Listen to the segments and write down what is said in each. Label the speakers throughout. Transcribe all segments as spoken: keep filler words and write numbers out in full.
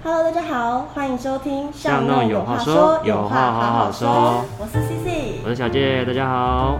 Speaker 1: Hello， 大家好，欢迎收听
Speaker 2: 巷弄有话说，有话好好说。
Speaker 1: 我是 C C，
Speaker 2: 我是小杰，大家好。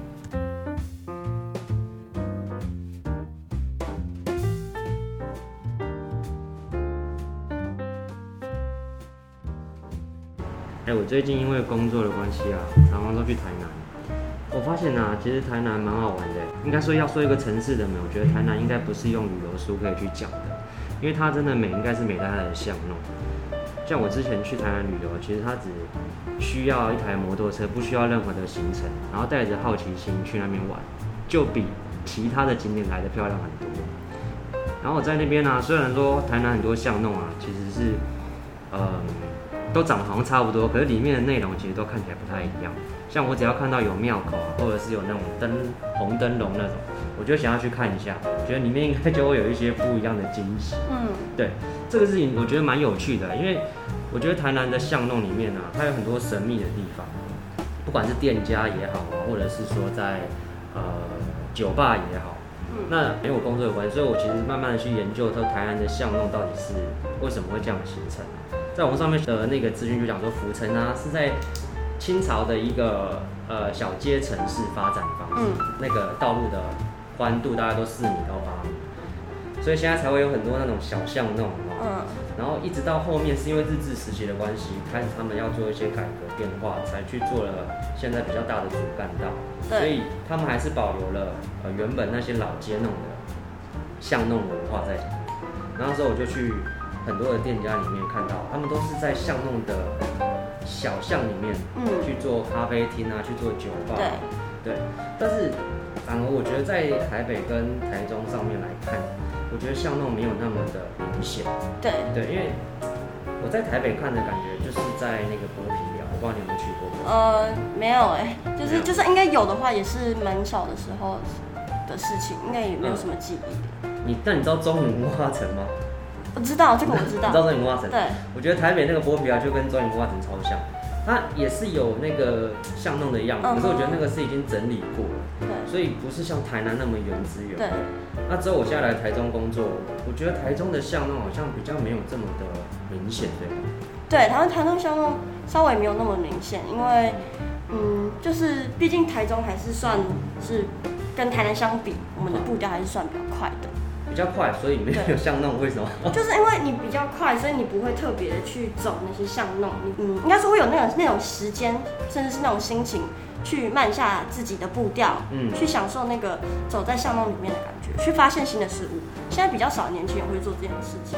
Speaker 2: 哎、欸，我最近因为工作的关系啊，常常都去台南。我发现啊，其实台南蛮好玩的。应该说要说一个城市的美，我觉得台南应该不是用旅游书可以去讲的，因为它真的美，应该是美在它的巷弄。像我之前去台南旅游，其实它只需要一台摩托车，不需要任何的行程，然后带着好奇心去那边玩，就比其他的景点来的漂亮很多。然后我在那边啊，虽然说台南很多巷弄啊，其实是，嗯，都长得好像差不多，可是里面的内容其实都看起来不太一样。像我只要看到有庙口啊，或者是有那种灯红灯笼那种，我就想要去看一下，觉得里面应该就会有一些不一样的惊喜。嗯，对，这个事情我觉得蛮有趣的，因为我觉得台南的巷弄里面啊，它有很多神秘的地方，不管是店家也好啊，或者是说在呃酒吧也好。那因为我工作有关，所以我其实慢慢的去研究说台南的巷弄到底是为什么会这样形成。在网上面的那个资讯就讲说，府城啊是在清朝的一个呃小街城市发展方式，嗯、那个道路的宽度大概都四米到八米，所以现在才会有很多那种小巷弄，嗯，然后一直到后面是因为日治时期的关系，开始他们要做一些改革变化，才去做了现在比较大的主干道，所以他们还是保留了呃原本那些老街弄的巷弄文化在里面。然后那时候我就去很多的店家里面看到，他们都是在巷弄的小巷里面，嗯，去做咖啡厅啊，去做酒吧，对，对。但是反而我觉得在台北跟台中上面来看，我觉得巷弄没有那么的明显，对，对，因为我在台北看的感觉就是在那个剥皮寮，我不知道你有没有去过。呃，
Speaker 1: 没有哎、欸，就是就是应该有的话，也是蛮小的时候的事情，应该也没有什么记忆、
Speaker 2: 嗯。你那你知道中影文化城吗？
Speaker 1: 我知道这个我知道。
Speaker 2: 你知道中影文化城？
Speaker 1: 对，
Speaker 2: 我觉得台北那个剥皮寮就跟中影文化城超像，它也是有那个巷弄的样子，可是我觉得那个是已经整理过了，对，所以不是像台南那么原汁原味。对。那之后我现在来台中工作，我觉得台中的巷弄好像比较没有这么的明显，对吧？
Speaker 1: 对，台湾台中巷弄稍微没有那么明显，因为嗯，就是毕竟台中还是算是跟台南相比，我们的步调还是算比较快的。
Speaker 2: 比较快，所以没有巷弄，为什么？
Speaker 1: 就是因为你比较快，所以你不会特别的去走那些巷弄，你嗯，应该说会有那种那种时间，甚至是那种心情，去慢下自己的步调，嗯，去享受那个走在巷弄里面的感觉，去发现新的事物。现在比较少年轻人会做这件事情。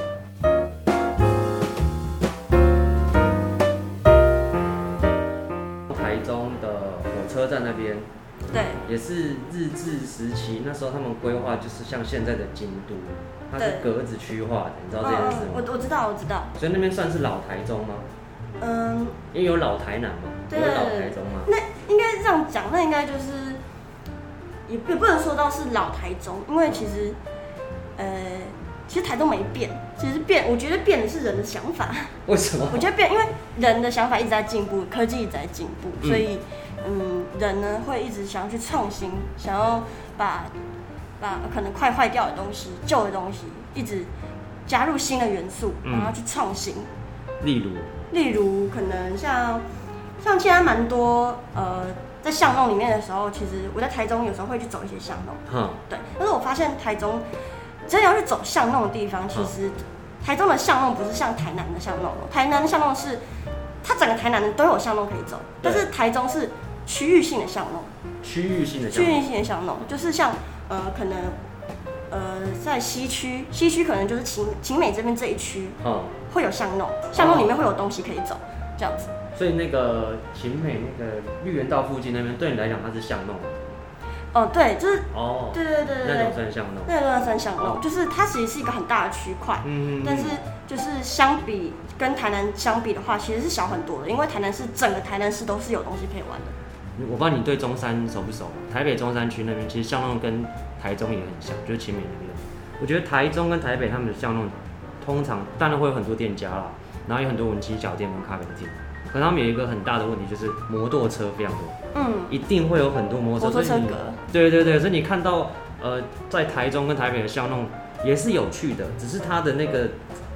Speaker 2: 台中的火车站那边。
Speaker 1: 对，
Speaker 2: 也是日治时期，那时候他们规划就是像现在的京都，它是格子区划的，你知道这件事吗？
Speaker 1: 我我知道，我知道。
Speaker 2: 所以那边算是老台中吗？嗯，因为有老台南嘛，有老台中吗？
Speaker 1: 那应该这样讲，那应该就是也不不能说到是老台中，因为其实呃，其实台中没变，其实变，我觉得变的是人的想法。
Speaker 2: 为什么？
Speaker 1: 我觉得变，因为人的想法一直在进步，科技一直在进步，嗯、所以。嗯，人呢会一直想要去创新，想要把把可能快坏掉的东西、旧的东西，一直加入新的元素，然后去创新。
Speaker 2: 例如，
Speaker 1: 例如可能像像现在蛮多呃，在巷弄里面的时候，其实我在台中有时候会去走一些巷弄，嗯，对。但是我发现台中真的要去走巷弄的地方，其实台中的巷弄不是像台南的巷弄，台南的巷弄是它整个台南都有巷弄可以走，但是台中是区域性的巷弄，
Speaker 2: 区域性的巷弄，
Speaker 1: 区域性的巷弄就是像呃可能呃在西区，西区可能就是勤勤美这边这一区，嗯，会有巷弄，巷弄里面会有东西可以走，这样子。
Speaker 2: 所以那个勤美那个绿园道附近那边，对你来讲它是巷弄。
Speaker 1: 哦，对，就是哦，对对对对，
Speaker 2: 那种算巷弄，
Speaker 1: 那种算巷弄，就是它其实是一个很大的区块，嗯，但是就是相比跟台南相比的话，其实是小很多的，因为台南市整个台南市都是有东西可以玩的。
Speaker 2: 我不知道你对中山熟不熟？台北中山区那边其实巷弄跟台中也很像，就是勤美那边。我觉得台中跟台北他们的巷弄，通常当然会有很多店家啦，然后有很多文青小店跟咖啡店。可是他们有一个很大的问题，就是摩托车非常多，嗯，一定会有很多摩托车。摩托车格。对对对，所以你看到呃，在台中跟台北的巷弄也是有趣的，只是它的那个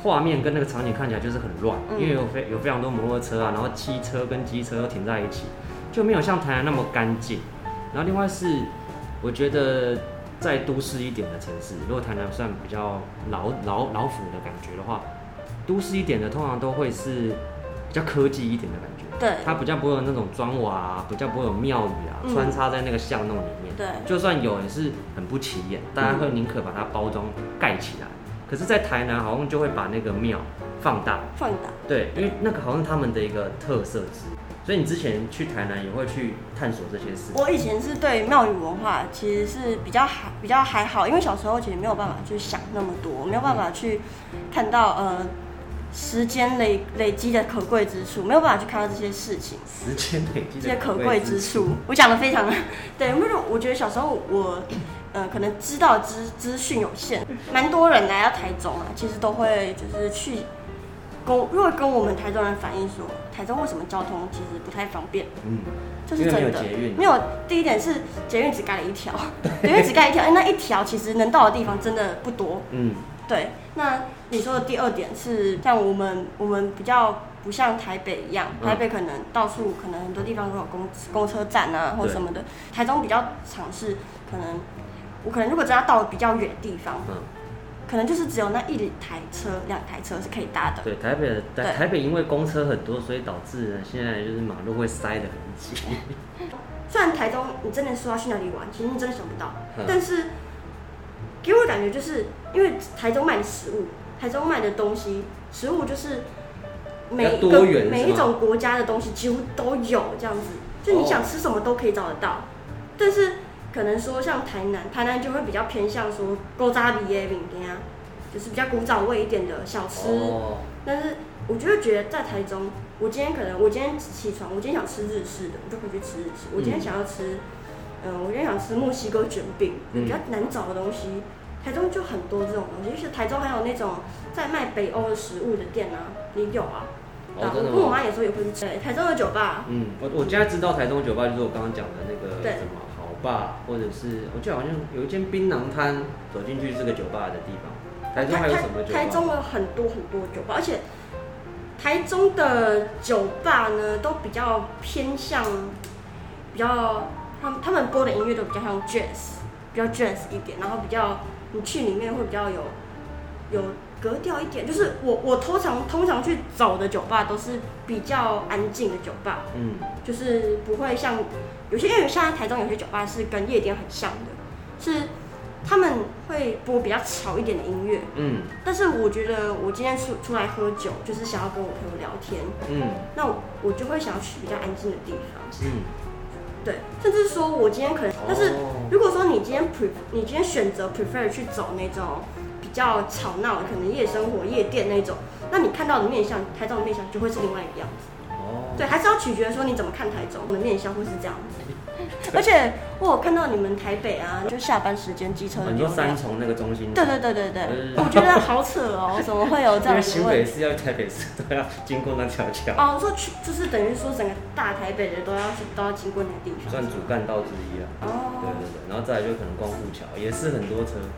Speaker 2: 画面跟那个场景看起来就是很乱，
Speaker 1: 嗯、
Speaker 2: 因为有非有非常多摩托车啊，然后汽车跟机车都停在一起，就没有像台南那么干净。然后另外是，我觉得在都市一点的城市，如果台南算比较老老老府的感觉的话，都市一点的通常都会是比较科技一点的感觉。
Speaker 1: 对，
Speaker 2: 它比较不会有那种砖瓦啊，比较不会有庙宇啊，嗯、穿插在那个巷弄里面。
Speaker 1: 对，
Speaker 2: 就算有也是很不起眼，大家会宁可把它包装盖起来。可是，在台南好像就会把那个庙放大，
Speaker 1: 放大。
Speaker 2: 对，因为那个好像他们的一个特色之一。所以你之前去台南也会去探索这些事？
Speaker 1: 我以前是对庙宇文化其实是比较还比较还好，因为小时候其实没有办法去想那么多，没有办法去看到呃。时间累累积的可贵之处，没有办法去看到这些事情。
Speaker 2: 时间累积
Speaker 1: 的可贵之处，我讲的非常对，因为我觉得小时候我呃可能知道资资讯有限，蛮多人来到台中啊，其实都会就是去跟如果跟我们台中人反映说，台中为什么交通其实不太方便？嗯，这是真的。
Speaker 2: 没有捷运。
Speaker 1: 没有，第一点是捷运只盖了一条，捷运只盖一条，哎，那一条其实能到的地方真的不多。嗯，对，那。你说的第二点是，像我们我们比较不像台北一样，台北可能到处可能很多地方都有公公车站啊或什么的，台中比较常是可能我可能如果真要到比较远的地方，嗯，可能就是只有那一台车两台车是可以搭的。
Speaker 2: 对，台北的台北因为公车很多，所以导致呢现在就是马路会塞得很挤。
Speaker 1: 虽然台中你真的说要去哪里玩，其实你真的想不到，嗯、但是给我的感觉就是因为台中卖的食物。台中卖的东西，食物就是每一个每一种国家的东西几乎都有这样子，就你想吃什么都可以找得到。但是可能说像台南，台南就会比较偏向说古早味的物件，就是比较古早味一点的小吃。哦、但是我就会觉得在台中，我今天可能我今天起床，我今天想吃日式的，我就可以去吃日式。我今天想要吃，嗯、呃，我今天想吃墨西哥卷饼，比较难找的东西。台中就很多这种东西，就是台中还有那种在卖北欧的食物的店啊，也有啊。哦，真的吗？我跟我妈有时候也会去吃。台中的酒吧，
Speaker 2: 嗯，我我现在知道台中酒吧就是我刚刚讲的那个什么好吧，或者是我记得好像有一间槟榔摊，走进去是个酒吧的地方。台中还有什么酒吧？
Speaker 1: 台中有很多很多酒吧，而且台中的酒吧呢都比较偏向比较他们他们播的音乐都比较像 jazz， 比较 jazz 一点，然后比较。你去里面会比较有有格调一点，就是我我通常通常去走的酒吧都是比较安静的酒吧，嗯，就是不会像有些因为现在台中有些酒吧是跟夜店很像的，是他们会播比较吵一点的音乐，嗯，但是我觉得我今天出出来喝酒，就是想要跟我朋友聊天，嗯，那我我就会想要去比较安静的地方，嗯。对，甚至说我今天可能，但是如果说你今天 pre 你今天选择 prefer 去走那种比较吵闹的，可能夜生活、夜店那种，那你看到的面向，台中的面向就会是另外一个样子。哦，对，还是要取决说你怎么看台中的面向会是这样子。而且我有看到你们台北啊，就下班时间机车的，
Speaker 2: 你说三重那个中心，
Speaker 1: 对对对对对，我觉得好扯哦，怎么会有这样的问题？因为
Speaker 2: 新北市要台北市都要经过那条桥。
Speaker 1: 哦，说去就是等于说整个大台北的都要都要经过那个地方，
Speaker 2: 算主干道之一了。哦，对对对，然后再来就可能光复桥也是很多车。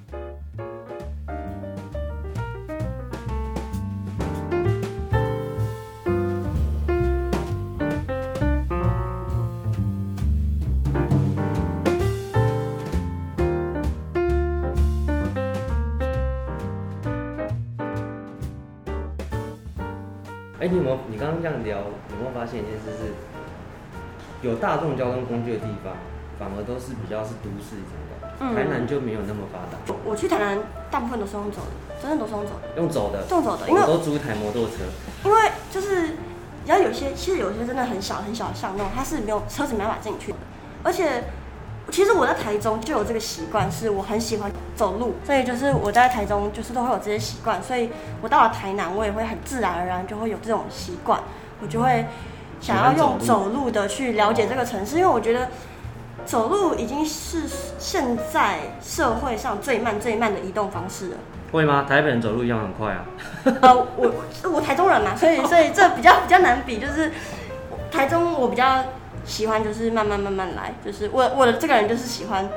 Speaker 2: 哎、欸，你有没有？你刚刚这样聊，有没有发现一件事是，有大众交通工具的地方，反而都是比较是都市这种的，嗯、台南就没有那么发达。
Speaker 1: 我去台南，大部分都是用走的，真的都是用走的。
Speaker 2: 用走的。
Speaker 1: 用走的，因为
Speaker 2: 我都租一台摩托车。
Speaker 1: 因为就是，然后有些其实有些真的很小很小的巷弄，它是没有车子没办法进去的，而且。其实我在台中就有这个习惯，是我很喜欢走路，所以就是我在台中就是都会有这些习惯，所以我到了台南，我也会很自然而然就会有这种习惯，我就会想要用走路的去了解这个城市，因为我觉得走路已经是现在社会上最慢最慢的移动方式了。
Speaker 2: 会吗？台北人走路一样很快啊。
Speaker 1: 呃，我我台中人嘛，所以所以这比较比较难比，就是台中我比较。喜欢就是慢慢慢慢来，就是我我的这个人就是喜欢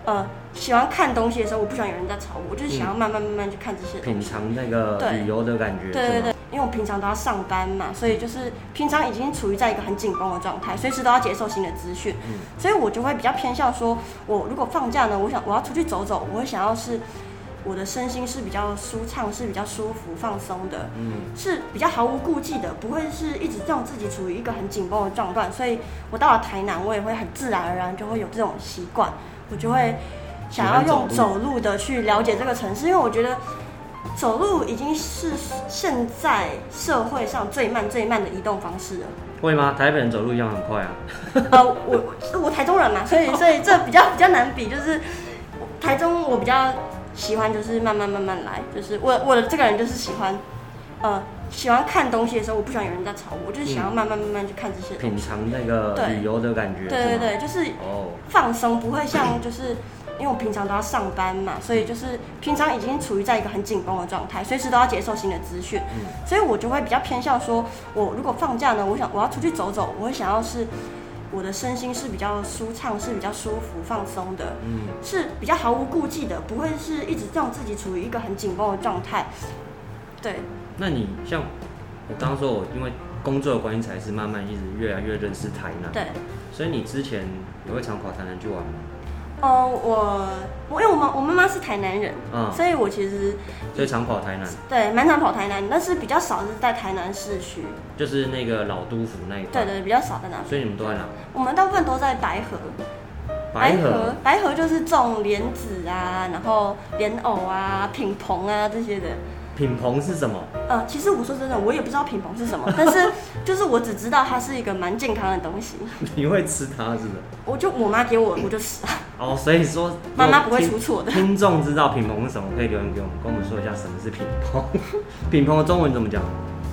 Speaker 1: 呃喜欢看东西的时候，我不喜欢有人在吵我，我就是想要慢慢慢慢去看这些东西，
Speaker 2: 品尝那个旅游的感觉。
Speaker 1: 对对对，因为我平常都要上班嘛，所以就是平常已经处于在一个很紧绷的状态，随时都要接受新的资讯，嗯，所以我就会比较偏向说，我如果放假呢，我想我要出去走走，我会想要是我的身心是比较舒畅，是比较舒服放松的，嗯，是比较毫无顾忌的，不会是一直让自己处于一个很紧绷的状态。所以我到了台南，我也会很自然而然就会有这种习惯，我就会想要用走路的去了解这个城市，因为我觉得走路已经是现在社会上最慢最慢的移动方式了。
Speaker 2: 会吗？台北人走路一样很快啊。
Speaker 1: 呃，我我台中人嘛，所以所以这比较比较难比，就是台中我比较喜欢就是慢慢慢慢来，就是我我的这个人就是喜欢，呃，喜欢看东西的时候，我不喜欢有人在吵我，我就是想要慢慢慢慢去看这些东西，
Speaker 2: 品尝那个旅游的感觉。
Speaker 1: 对对对，就是放松，不会像就是因为我平常都要上班嘛，所以就是平常已经处于在一个很紧绷的状态，随时都要接受新的资讯，嗯，所以我就会比较偏向说，我如果放假呢，我想我要出去走走，我会想要是我的身心是比较舒畅，是比较舒服放松的，嗯，是比较毫无顾忌的，不会是一直让自己处于一个很紧绷的状态。对。那
Speaker 2: 你像我刚刚说，我因为工作的关系，才是慢慢一直越来越认识台南。
Speaker 1: 对。
Speaker 2: 所以你之前也会常跑台南去玩吗？
Speaker 1: 哦，我我因为我妈我妈妈是台南人，嗯，所以我其实
Speaker 2: 所以常跑台南，
Speaker 1: 对，蛮常跑台南，但是比较少是在台南市区，
Speaker 2: 就是那个老都府那一块，
Speaker 1: 对对，比较少在那。
Speaker 2: 所以你们都在哪？
Speaker 1: 我们大部分都在白河，
Speaker 2: 白河
Speaker 1: 白河就是种莲子啊，然后莲藕啊、品棚啊这些的。
Speaker 2: 品棚是什么？
Speaker 1: 呃，其实我说真的，我也不知道品棚是什么，但是就是我只知道它是一个蛮健康的东西。
Speaker 2: 你会吃它是的？
Speaker 1: 我就我妈给我，我就吃。
Speaker 2: 哦，所以说
Speaker 1: 妈妈不会出错的。
Speaker 2: 听众知道品棚是什么，可以留言给我们，跟我们说一下什么是品棚。品棚的中文怎么讲？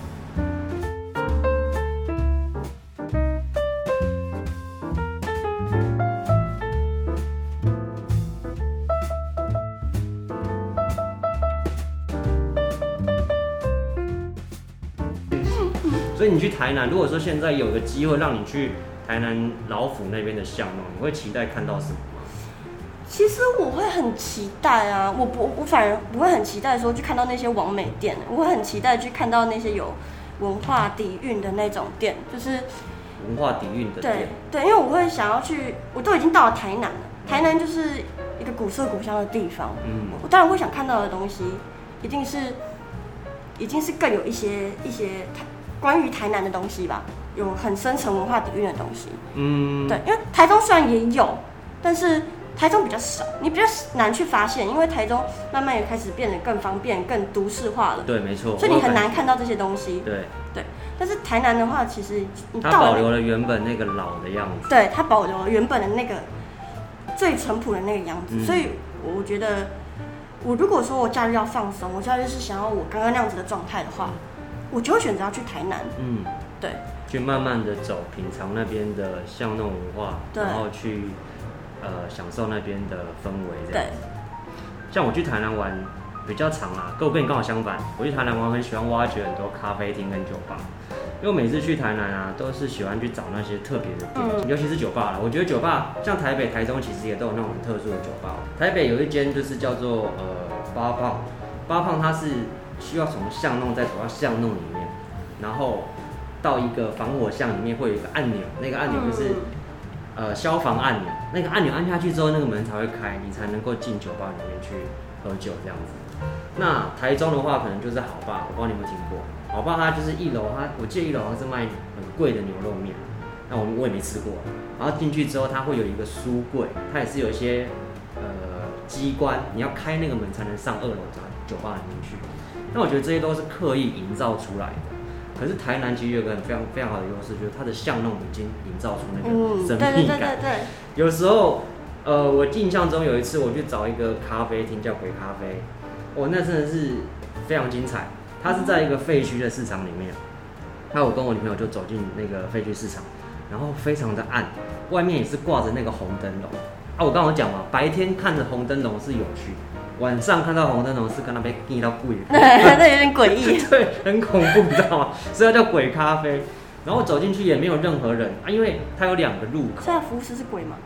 Speaker 2: 所以你去台南，如果说现在有个机会让你去台南老府那边的巷弄，你会期待看到什么吗？
Speaker 1: 其实我会很期待啊，我不，我反而不会很期待说去看到那些网美店，我会很期待去看到那些有文化底蕴的那种店，就是
Speaker 2: 文化底蕴的店。
Speaker 1: 对对，因为我会想要去，我都已经到了台南了，台南就是一个古色古香的地方，嗯，我当然会想看到的东西，一定是，一定是更有一些一些关于台南的东西吧，有很深层文化底蕴的东西。嗯，对，因为台中虽然也有，但是台中比较少，你比较难去发现，因为台中慢慢也开始变得更方便、更都市化了。
Speaker 2: 对，没错。
Speaker 1: 所以你很难看到这些东西。
Speaker 2: 对
Speaker 1: 对，但是台南的话，其实你到
Speaker 2: 它保留了原本那个老的样子。
Speaker 1: 对，它保留了原本的那个最淳朴的那个样子，嗯，所以我觉得，我如果说我假日要放松，我假日是想要我刚刚那样子的状态的话，我就会选择要去台南。嗯，对，
Speaker 2: 去慢慢的走，品尝那边的巷弄文化，然后去呃享受那边的氛围。这样子。像我去台南玩比较长啦，跟我跟你刚好相反。我去台南玩很喜欢挖掘很多咖啡厅跟酒吧，因为我每次去台南啊，都是喜欢去找那些特别的店，嗯，尤其是酒吧啦。我觉得酒吧像台北、台中其实也都有那种很特殊的酒吧。台北有一间就是叫做呃八胖，八胖它是需要从巷弄再走到巷弄里面，然后到一个防火巷里面会有一个按钮，那个按钮就是，嗯，呃消防按钮，那个按钮按下去之后，那个门才会开，你才能够进酒吧里面去喝酒这样子。那台中的话，可能就是好爸，我不知道你有没有听过。好爸它就是一楼，它我记得一楼好像是卖很贵的牛肉面，那我我也没吃过。然后进去之后，它会有一个书柜，它也是有一些呃机关，你要开那个门才能上二楼酒吧里面去。那我觉得这些都是刻意营造出来的。可是台南其实有个很非常非常好的优势，就是它的巷弄已经营造出那个神秘感。嗯，对对对对对。有时候，呃，我印象中有一次我去找一个咖啡厅叫鬼咖啡，哦，那真的是非常精彩。它是在一个废墟的市场里面，那我跟我女朋友就走进那个废墟市场，然后非常的暗，外面也是挂着那个红灯笼。啊，我刚刚讲嘛，白天看着红灯笼是有趣。晚上看到红灯笼是跟那边见到鬼，
Speaker 1: 那有点诡异，
Speaker 2: 对，很恐怖，你知道吗？所以它叫鬼咖啡。然后走进去也没有任何人啊，因为它有两个入口。
Speaker 1: 现在服务师是鬼吗？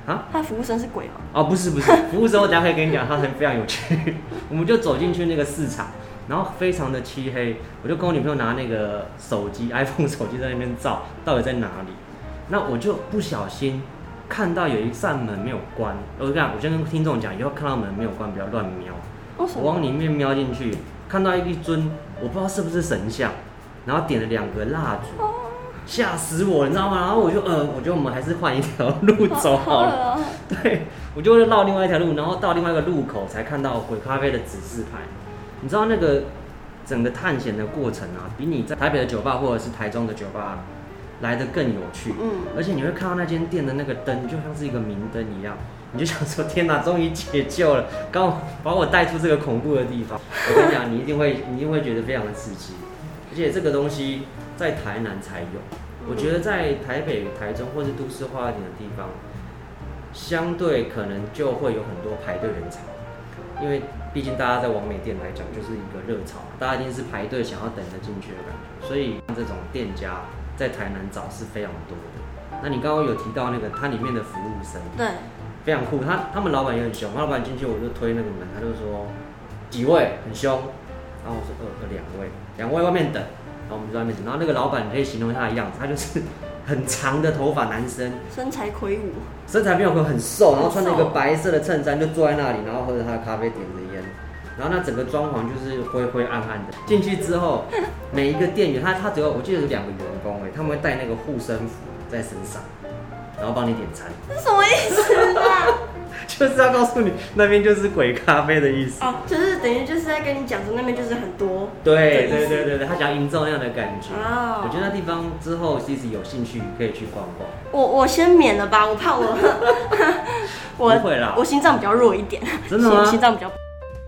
Speaker 2: 啊？
Speaker 1: 他的服务生是鬼吗？
Speaker 2: 哦，不是不是，服务生我等一下可以跟你讲，他很非常有趣。我们就走进去那个市场，然后非常的漆黑，我就跟我女朋友拿那个手机 iPhone 手机在那边照，到底在哪里？那我就不小心看到有一扇门没有关。我讲，我先跟听众讲，以后看到门没有关，不要乱瞄。我往里面瞄进去，看到一尊我不知道是不是神像，然后点了两个蜡烛。吓死我了，你知道吗？然后我就呃，我觉得我们还是换一条路走好了。对，我就绕另外一条路，然后到另外一个路口才看到鬼咖啡的指示牌。你知道那个整个探险的过程啊，比你在台北的酒吧或者是台中的酒吧来得更有趣。嗯，而且你会看到那间店的那个灯，就像是一个明灯一样，你就想说天哪，终于解救了，刚好把我带出这个恐怖的地方。我跟你讲，你一定会，你一定会觉得非常的刺激，而且这个东西在台南才有。我觉得在台北、台中或是都市化一点的地方，相对可能就会有很多排队人潮，因为毕竟大家在网美店来讲就是一个热潮，大家一定是排队想要等着进去的感觉，所以这种店家在台南找是非常多的。那你刚刚有提到那个它里面的服务生，
Speaker 1: 对，
Speaker 2: 非常酷，他他们老板也很凶，他老板进去我就推那个门，他就说几位，很凶，然后我说呃呃两位，两位外面等。然后我们就在那边等，然后那个老板可以形容他的样子，他就是很长的头发男生，
Speaker 1: 身材魁梧，
Speaker 2: 身材没有很瘦，然后穿着一个白色的衬衫就坐在那里，然后喝着他的咖啡，点着烟，然后那整个装潢就是灰灰暗暗的。进去之后，每一个店员他他只有我记得有两个员工哎，他们会带那个护身符在身上，然后帮你点餐。
Speaker 1: 这什么意思啊？
Speaker 2: 就是要告诉你那边就是鬼咖啡的意思
Speaker 1: 哦，就是等于就是在跟你讲说那边就是很多。
Speaker 2: 对对对对对，他想要营造那样的感觉。
Speaker 1: 哦，
Speaker 2: 我觉得那地方之后其实有兴趣可以去逛逛。
Speaker 1: 我我先免了吧，我怕我我
Speaker 2: 不会啦，
Speaker 1: 我心脏比较弱一点。
Speaker 2: 真的吗？
Speaker 1: 心脏比较。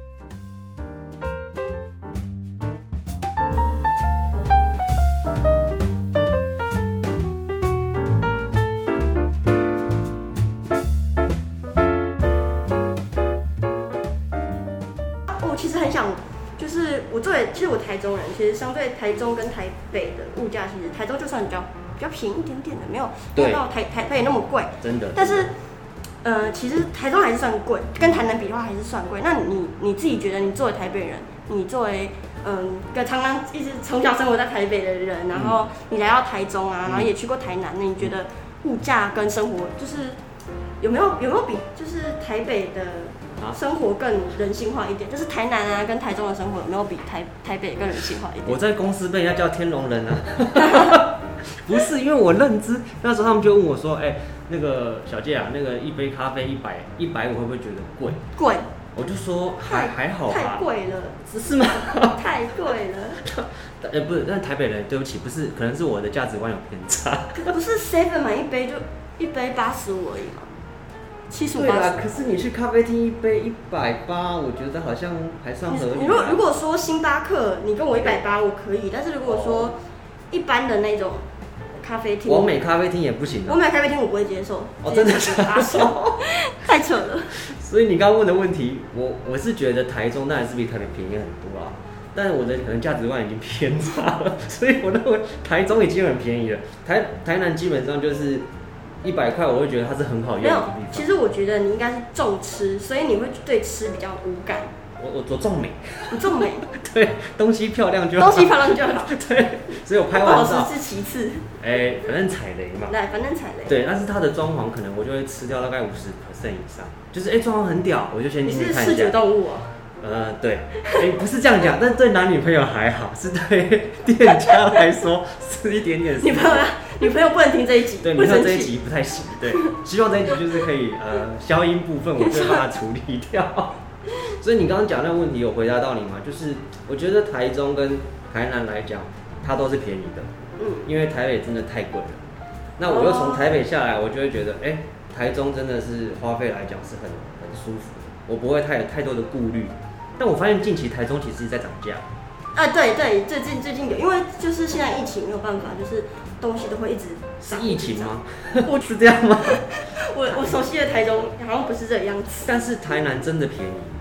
Speaker 1: 其实很想，就是我作为，其实我台中人，其实相对台中跟台北的物价，其实台中就算比较比较便宜一点点的，没有没有到台台北那么贵，
Speaker 2: 真的。
Speaker 1: 但是，呃，其实台中还是算贵，跟台南比的话还是算贵。那你你自己觉得，你作为台北人，你作为嗯，跟常常一直从小生活在台北的人，然后你来到台中啊，然后也去过台南，那你觉得物价跟生活就是有没有有没有比就是台北的？生活更人性化一点，就是台南啊跟台中的生活有没有比台台北更人性化一点？
Speaker 2: 我在公司被人家叫天龙人啊，不是因为我认知，那时候他们就问我说，哎、欸，那个小姐啊，那个一杯咖啡一百一百五会不会觉得贵？
Speaker 1: 贵，
Speaker 2: 我就说还还好吧，
Speaker 1: 太贵了，
Speaker 2: 是吗？
Speaker 1: 太贵了。
Speaker 2: 哎、欸，不是，但台北人，对不起，不是，可能是我的价值观有偏差。
Speaker 1: 可不是 seven 买一杯就一杯八十五而已嘛。七十五八十，
Speaker 2: 可是你去咖啡厅一杯一百八，我觉得好像还算合理、啊。
Speaker 1: 你如果如果说星巴克，你跟我一百八我可以，但是如果说一般的那种咖啡厅，
Speaker 2: 网美咖啡厅也不行、啊。
Speaker 1: 网美咖啡厅我不会接受。
Speaker 2: 哦，真的假的？
Speaker 1: 太扯了。
Speaker 2: 所以你刚刚问的问题，我我是觉得台中当然是比台北便宜很多啊，但是我的可能价值观已经偏差了，所以我认为台中已经很便宜了，台台南基本上就是。一百块，我会觉得它是很好用的地方。
Speaker 1: 没有，其实我觉得你应该是重吃，所以你会对吃比较无感。
Speaker 2: 我我我重美，
Speaker 1: 你重美，
Speaker 2: 对，东西漂亮就好，
Speaker 1: 东西漂亮就好。
Speaker 2: 对，所以我拍完照，
Speaker 1: 不好吃是其次。
Speaker 2: 哎、欸，反正踩雷嘛。
Speaker 1: 对，反正踩雷。
Speaker 2: 对，但是它的装潢可能我就会吃掉大概五十 percent 以上，就是哎，装、欸、潢很屌，我就先进去看一下。
Speaker 1: 你是视觉动物啊？
Speaker 2: 呃，对，哎、欸，不是这样讲，但对男女朋友还好，是对店家来说是一点点。
Speaker 1: 女朋友，女朋友不能听这一集，
Speaker 2: 对，女朋友这一集不太行，对，希望这一集就是可以呃消音部分，我就会帮他处理掉。所以你刚刚讲那个问题有回答到你吗？就是我觉得台中跟台南来讲，它都是便宜的，嗯，因为台北真的太贵了。那我又从台北下来，我就会觉得，哎、欸，台中真的是花费来讲是很很舒服的，我不会太有太多的顾虑。但我发现近期台中其实在涨价。
Speaker 1: 啊，对对，最近最近有，因为就是现在疫情没有办法，就是东西都会一直涨。
Speaker 2: 是疫情吗？
Speaker 1: 我
Speaker 2: 是这样吗？
Speaker 1: 我我熟悉的台中好像不是这个样子。
Speaker 2: 但是台南真的便宜，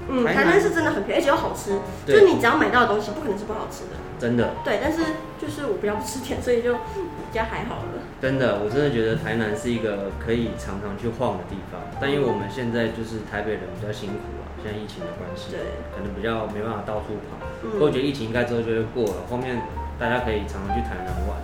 Speaker 1: 嗯，台南是真的很便宜，而且又好吃。就是你只要买到的东西，不可能是不好吃的。
Speaker 2: 真的。
Speaker 1: 对，但是就是我比较不吃甜，所以就比较还好了。
Speaker 2: 真的，我真的觉得台南是一个可以常常去晃的地方。但因为我们现在就是台北人比较辛苦啊，现在疫情的关系，对，可能比较没办法到处跑。嗯，我觉得疫情应该之后就会过了，后面大家可以常常去台南玩。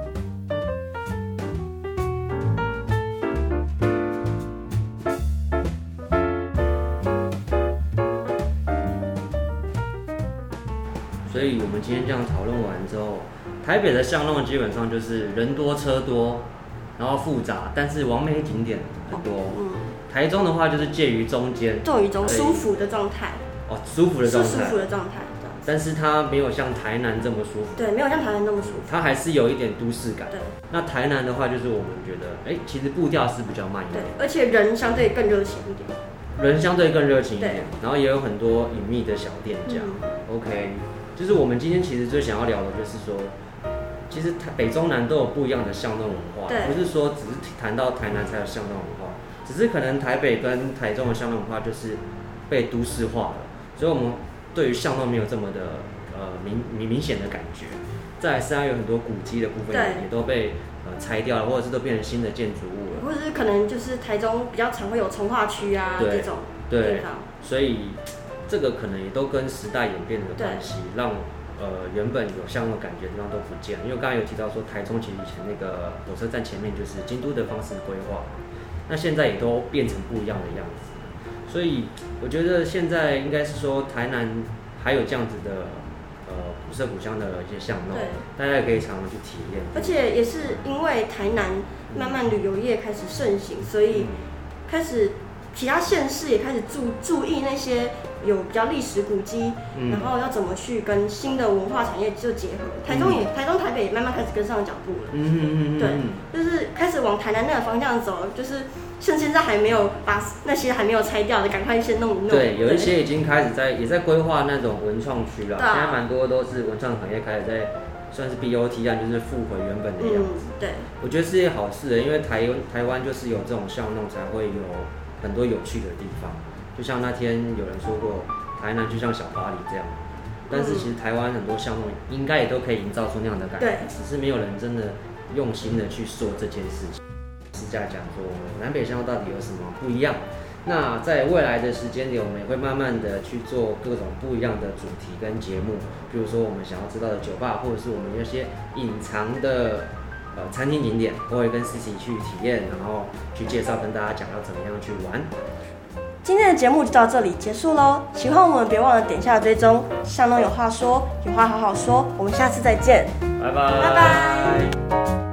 Speaker 2: 所以我们今天这样讨论完之后，台北的巷弄基本上就是人多车多，然后复杂，但是完美景点很多。嗯，台中的话就是介于中间，
Speaker 1: 介于一种舒服的状态。
Speaker 2: 哦，舒服的状态，
Speaker 1: 舒服的状态。
Speaker 2: 但是它没有像台南这么舒服。
Speaker 1: 对，没有像台南那么舒服。
Speaker 2: 它还是有一点都市感。
Speaker 1: 对。
Speaker 2: 那台南的话，就是我们觉得，哎、欸，其实步调是比较慢一点。
Speaker 1: 对，而且人相对更热情一点。
Speaker 2: 人相对更热情一点，然后也有很多隐秘的小店家。嗯、OK。就是我们今天其实最想要聊的，就是说，其实台北中南都有不一样的巷弄文化，不是说只是谈到台南才有巷弄文化，只是可能台北跟台中的巷弄文化就是被都市化了，所以我们对于巷弄没有这么的呃明明明显的感觉。再来是它有很多古迹的部分也都被呃拆掉了，或者是都变成新的建筑物了，
Speaker 1: 或者是可能就是台中比较常会有重划区啊这种地方，
Speaker 2: 所以。这个可能也都跟时代演变的关系，让呃原本有巷弄感觉的地方都不见了。因为刚才有提到说，台中其实以前那个火车站前面就是京都的方式规划，那现在也都变成不一样的样子。所以我觉得现在应该是说，台南还有这样子的呃古色古香的一些巷弄，大家也可以常常去体验。
Speaker 1: 而且也是因为台南慢慢旅游业开始盛行，所以开始。其他县市也开始注注意那些有比较历史古迹，嗯、然后要怎么去跟新的文化产业就结合。台中也，嗯、台中、台北也慢慢开始跟上脚步了。嗯嗯嗯对，就是开始往台南那个方向走，就是趁现在还没有把那些还没有拆掉的，赶快先弄一弄。
Speaker 2: 对，有一些已经开始在也在规划那种文创区了。啊、现在蛮多都是文创产业开始在算是 B O T 一样，就是复回原本的样子。
Speaker 1: 嗯、对，
Speaker 2: 我觉得是一件好事，因为台台湾就是有这种巷弄才会有。很多有趣的地方，就像那天有人说过，台南就像小巴黎这样，但是其实台湾很多巷弄应该也都可以营造出那样的感觉，只是没有人真的用心的去做这件事情。私下讲说，南北巷弄到底有什么不一样？那在未来的时间点，我们也会慢慢的去做各种不一样的主题跟节目，比如说我们想要知道的酒吧，或者是我们有些隐藏的。呃，餐厅景点，我会跟 C C 去体验，然后去介绍，跟大家讲要怎么样去玩。
Speaker 1: 今天的节目就到这里结束喽，喜欢我们别忘了点下追踪。巷弄有话说，有话好好说，我们下次再见，
Speaker 2: 拜拜，
Speaker 1: 拜拜。